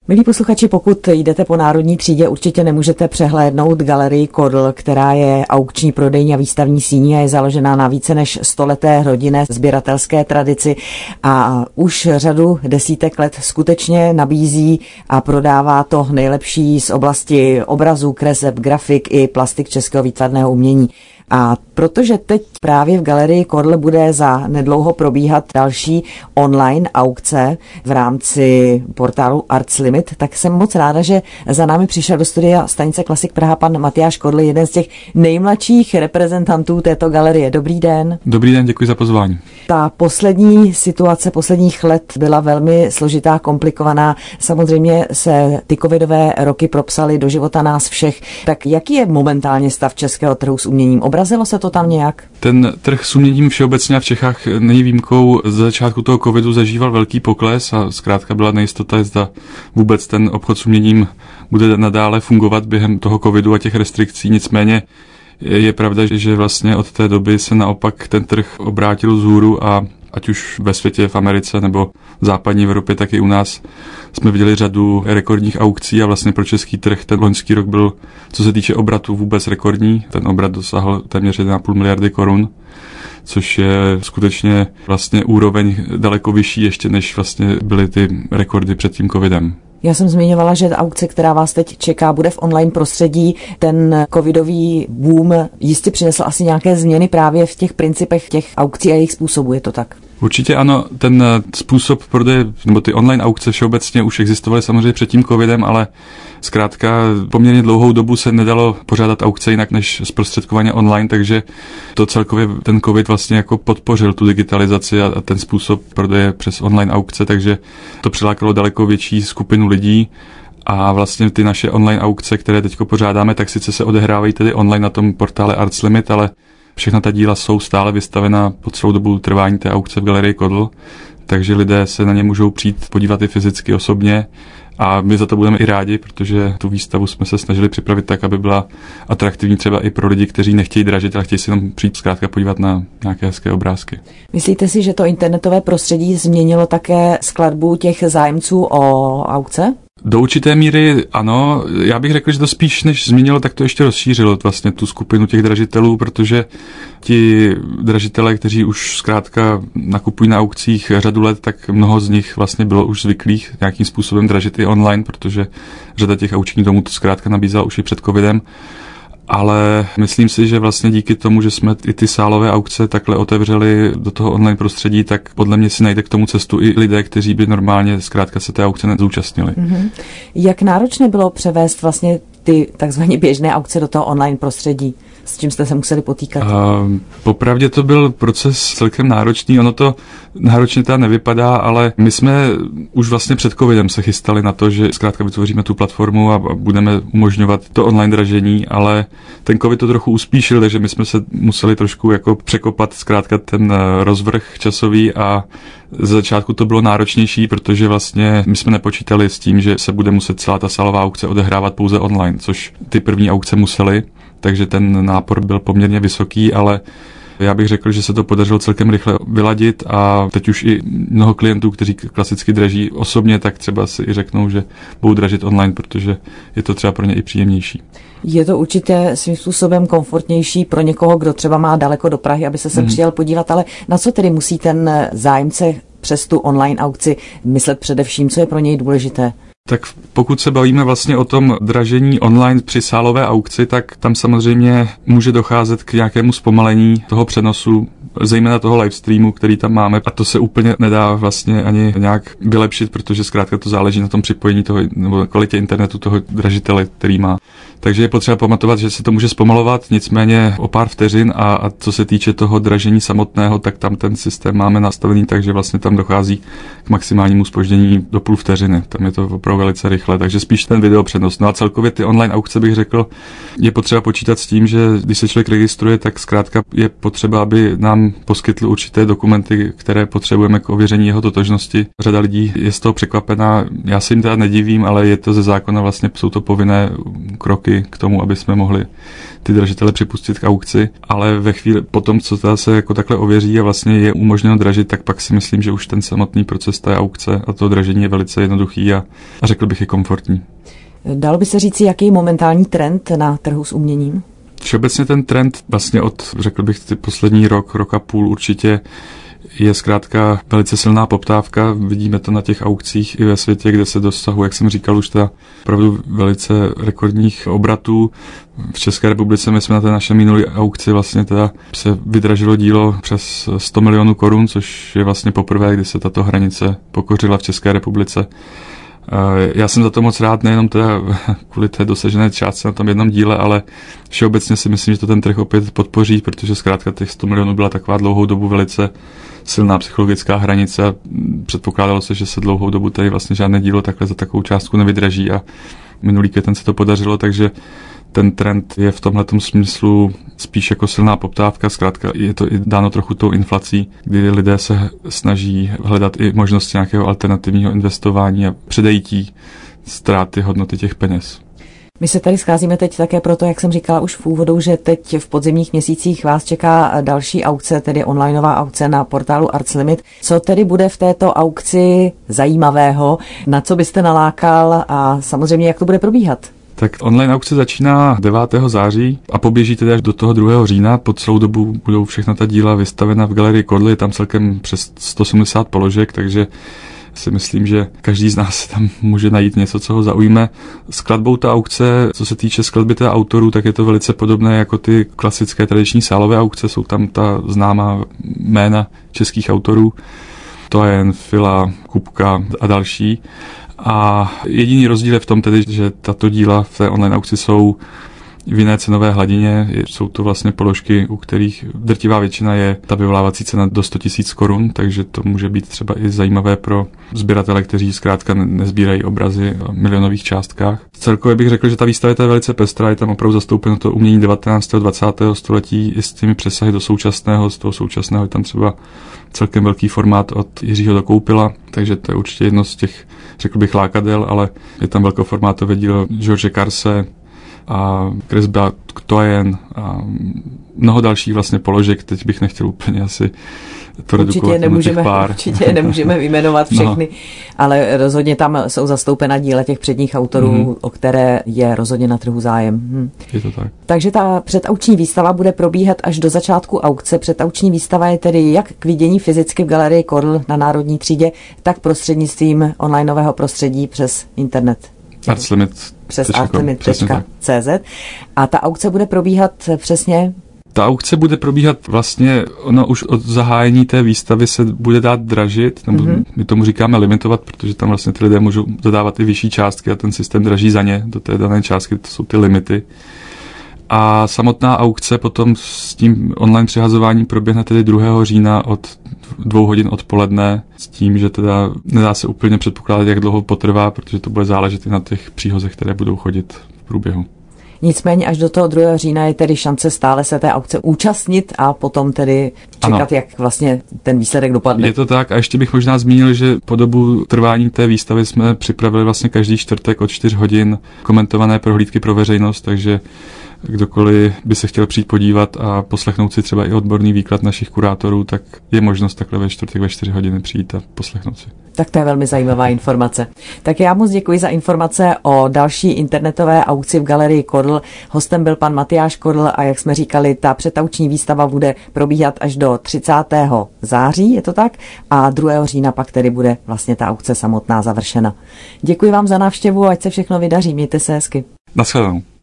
Milí posluchači, pokud jdete po Národní třídě, určitě nemůžete přehlédnout galerii Kodl, která je aukční, prodejní a výstavní síní a je založená na více než 100leté rodinné sběratelské tradici a už řadu desítek let skutečně nabízí a prodává to nejlepší z oblasti obrazů, kreseb, grafik i plastik českého výtvarného umění. A protože teď právě v galerii Kodl bude za nedlouho probíhat další online aukce v rámci portálu Arts Limit, tak jsem moc ráda, že za námi přišel do studia stanice Klasik Praha pan Matyáš Kodl, jeden z těch nejmladších reprezentantů této galerie. Dobrý den. Dobrý den, děkuji za pozvání. Ta poslední situace posledních let byla velmi složitá, komplikovaná. Samozřejmě se ty covidové roky propsaly do života nás všech. Tak jaký je momentálně stav českého trhu s uměním? Obrazilo se to tam nějak? Ten trh s uměním všeobecně v Čechách není výjimkou. Z začátku toho covidu zažíval velký pokles a zkrátka byla nejistota, zda vůbec ten obchod s uměním bude nadále fungovat během toho covidu a těch restrikcí. Nicméně je pravda, že vlastně od té doby se naopak ten trh obrátil vzhůru a ať už ve světě, v Americe nebo v západní Evropě, tak i u nás jsme viděli řadu rekordních aukcí a vlastně pro český trh ten loňský rok byl, co se týče obratu, vůbec rekordní. Ten obrat dosáhl téměř 1,5 miliardy korun, což je skutečně vlastně úroveň daleko vyšší ještě, než vlastně byly ty rekordy před tím covidem. Já jsem zmiňovala, že aukce, která vás teď čeká, bude v online prostředí. Ten covidový boom jistě přinesl asi nějaké změny právě v těch principech těch aukcí a jejich způsobů, je to tak? Určitě ano, ten způsob prodeje, nebo ty online aukce všeobecně už existovaly samozřejmě před tím covidem, ale zkrátka poměrně dlouhou dobu se nedalo pořádat aukce jinak než zprostředkovaně online, takže to celkově ten covid vlastně jako podpořil tu digitalizaci a ten způsob prodeje přes online aukce, takže to přilákalo daleko větší skupinu lidí. A vlastně ty naše online aukce, které teď pořádáme, tak sice se odehrávají tedy online na tom portále Arts Limit, ale všechna ta díla jsou stále vystavena po celou dobu trvání té aukce v galerii Kodl, takže lidé se na ně můžou přijít podívat i fyzicky, osobně a my za to budeme i rádi, protože tu výstavu jsme se snažili připravit tak, aby byla atraktivní třeba i pro lidi, kteří nechtějí dražit, ale chtějí si jenom přijít zkrátka podívat na nějaké hezké obrázky. Myslíte si, že to internetové prostředí změnilo také skladbu těch zájemců o aukce? Do určité míry ano, já bych řekl, že to spíš než změnilo, tak to ještě rozšířilo vlastně tu skupinu těch dražitelů, protože ti dražitelé, kteří už zkrátka nakupují na aukcích řadu let, tak mnoho z nich vlastně bylo už zvyklých nějakým způsobem dražit i online, protože řada těch aukčních domů to zkrátka nabízela už i před covidem. Ale myslím si, že vlastně díky tomu, že jsme i ty sálové aukce takhle otevřeli do toho online prostředí, tak podle mě si najde k tomu cestu i lidé, kteří by normálně zkrátka se té aukce nezúčastnili. Mm-hmm. Jak náročné bylo převést vlastně ty takzvané běžné aukce do toho online prostředí? S čím jste se museli potýkat? Popravdě to byl proces celkem náročný. Ono to náročně teda nevypadá, ale my jsme už vlastně před covidem se chystali na to, že zkrátka vytvoříme tu platformu a budeme umožňovat to online dražení, ale ten covid to trochu uspíšil, takže my jsme se museli trošku jako překopat zkrátka ten rozvrh časový a ze začátku to bylo náročnější, protože vlastně my jsme nepočítali s tím, že se bude muset celá ta sálová aukce odehrávat pouze online, což ty první aukce musely. Takže ten nápor byl poměrně vysoký, ale já bych řekl, že se to podařilo celkem rychle vyladit a teď už i mnoho klientů, kteří klasicky draží osobně, tak třeba si i řeknou, že budou dražit online, protože je to třeba pro ně i příjemnější. Je to určitě svým způsobem komfortnější pro někoho, kdo třeba má daleko do Prahy, aby se sem přijel podívat, ale na co tedy musí ten zájemce přes tu online aukci myslet především, co je pro něj důležité? Tak pokud se bavíme vlastně o tom dražení online při sálové aukci, tak tam samozřejmě může docházet k nějakému zpomalení toho přenosu, zejména toho livestreamu, který tam máme. A to se úplně nedá vlastně ani nějak vylepšit, protože zkrátka to záleží na tom připojení toho, nebo kvalitě internetu toho dražitele, který má. Takže je potřeba pamatovat, že se to může zpomalovat, nicméně o pár vteřin a co se týče toho dražení samotného, tak tam ten systém máme nastavený, takže vlastně tam dochází k maximálnímu zpoždění do půl vteřiny. Tam je to opravdu velice rychle, takže spíš ten videopřenos. No a celkově ty online aukce bych řekl, je potřeba počítat s tím, že když se člověk registruje, tak zkrátka je potřeba, aby nám poskytl určité dokumenty, které potřebujeme k ověření jeho totožnosti. Řada lidí je z toho překvapená, já se jim teda nedivím, ale je to ze zákona vlastně, jsou to povinné kroky kroky k tomu, aby jsme mohli ty držitele připustit k aukci, ale ve chvíli potom, co teda se jako takhle ověří a vlastně je umožněno dražit, tak pak si myslím, že už ten samotný proces té aukce a to dražení je velice jednoduchý a řekl bych i komfortní. Dalo by se říct, jaký je momentální trend na trhu s uměním? Všeobecně ten trend vlastně řekl bych, ty poslední rok a půl určitě je zkrátka velice silná poptávka. Vidíme to na těch aukcích i ve světě, kde se dosahuje, jak jsem říkal, už ta opravdu velice rekordních obratů. V České republice my jsme na té naše minulé aukci vlastně teda se vydražilo dílo přes 100 milionů korun, což je vlastně poprvé, kdy se tato hranice pokořila v České republice. Já jsem za to moc rád, nejenom teda kvůli té dosažené částce na tom jednom díle, ale všeobecně si myslím, že to ten trh opět podpoří, protože zkrátka těch 100 milionů byla taková dlouhou dobu velice silná psychologická hranice a předpokládalo se, že se dlouhou dobu tady vlastně žádné dílo takhle za takovou částku nevydraží a minulý květen se to podařilo, takže ten trend je v tomhletom smyslu spíš jako silná poptávka, zkrátka je to i dáno trochu tou inflací, kdy lidé se snaží hledat i možnosti nějakého alternativního investování a předejítí ztráty hodnoty těch peněz. My se tady scházíme teď také proto, jak jsem říkala už v úvodu, že teď v podzimních měsících vás čeká další aukce, tedy onlineová aukce na portálu Arts Limit. Co tedy bude v této aukci zajímavého, na co byste nalákal a samozřejmě jak to bude probíhat? Tak online aukce začíná 9. září a poběží tedy až do toho 2. října. Po celou dobu budou všechna ta díla vystavena v galerii Kodl, je tam celkem přes 170 položek, takže si myslím, že každý z nás tam může najít něco, co ho zaujme. Skladbou ta aukce, co se týče skladby těch autorů, tak je to velice podobné jako ty klasické tradiční sálové aukce, jsou tam ta známá jména českých autorů, to je Fila, Kupka a další. A jediný rozdíl je v tom tedy, že tato díla v té online aukci jsou v jiné cenové hladině. Jsou to vlastně položky, u kterých drtivá většina je ta vyvolávací cena do 100 000 korun, takže to může být třeba i zajímavé pro sběratele, kteří zkrátka nezbírají obrazy v milionových částkách. Celkově bych řekl, že ta výstava je velice pestrá, je tam opravdu zastoupeno to umění 19. a 20. století i s těmi přesahy do současného. Z toho současného je tam třeba celkem velký formát od Jiřího Dokoupila, takže to je určitě jedno z těch, řekl bych, lákadel, ale je tam velkoformátové dílo George Carse a kresba Ktojen a mnoho dalších vlastně položek, teď bych nechtěl úplně asi to redukovat na těch pár. Určitě nemůžeme vyjmenovat všechny, ale rozhodně tam jsou zastoupena díla těch předních autorů, o které je rozhodně na trhu zájem. Je to tak. Takže ta předaukční výstava bude probíhat až do začátku aukce. Předaukční výstava je tedy jak k vidění fyzicky v galerii Kodl na Národní třídě, tak prostřednictvím onlineového prostředí přes internet. Přes artslimit.cz. A ta aukce bude probíhat přesně? Ta aukce bude probíhat vlastně, už od zahájení té výstavy se bude dát dražit, nebo my tomu říkáme limitovat, protože tam vlastně ty lidé můžou dodávat i vyšší částky a ten systém draží za ně do té dané částky, to jsou ty limity. A samotná aukce potom s tím online přihazováním proběhne tedy 2. října od 2 hodin odpoledne s tím, že teda nedá se úplně předpokládat, jak dlouho potrvá, protože to bude záležet i na těch příhozech, které budou chodit v průběhu. Nicméně až do toho 2. října je tedy šance stále se té aukce účastnit a potom tedy čekat, jak vlastně ten výsledek dopadne. Je to tak a ještě bych možná zmínil, že po dobu trvání té výstavy jsme připravili vlastně každý čtvrtek od 4 hodin komentované prohlídky pro veřejnost, takže kdokoliv by se chtěl přijít podívat a poslechnout si třeba i odborný výklad našich kurátorů, tak je možnost takhle ve čtvrtek ve 4 hodiny přijít a poslechnout si. Tak to je velmi zajímavá informace. Tak já moc děkuji za informace o další internetové aukci v galerii Kodl. Hostem byl pan Matyáš Kodl a jak jsme říkali, ta předaukční výstava bude probíhat až do 30. září, je to tak? A 2. října pak tedy bude vlastně ta aukce samotná završena. Děkuji vám za návštěvu, ať se všechno vydaří, mějte se hezky. Naschledanou.